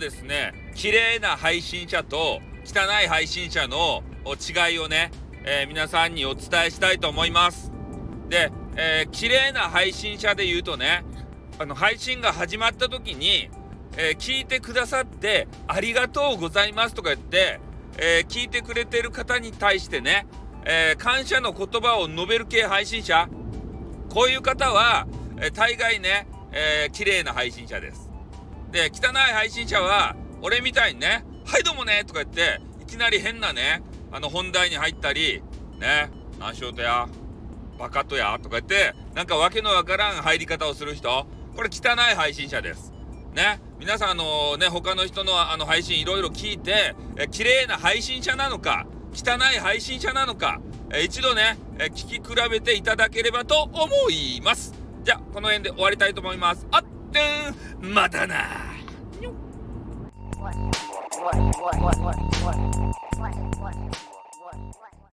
ですね、綺麗な配信者と汚い配信者の違いをね、皆さんにお伝えしたいと思います。で、綺麗な配信者で言うとね、配信が始まった時に、聞いてくださってありがとうございますとか言って、聞いてくれてる方に対してね、感謝の言葉を述べる系配信者、こういう方は、大概ね、綺麗な配信者です。で、汚い配信者は俺みたいにね、はいどうもねとか言っていきなり変なね、本題に入ったりね、何しようとやバカとやとか言ってなんかわけのわからん入り方をする人、これ汚い配信者ですね。皆さん他の人の配信いろいろ聞いて、綺麗な配信者なのか汚い配信者なのか、一度ね、聞き比べていただければと思います。じゃあこの辺で終わりたいと思います。またな。What?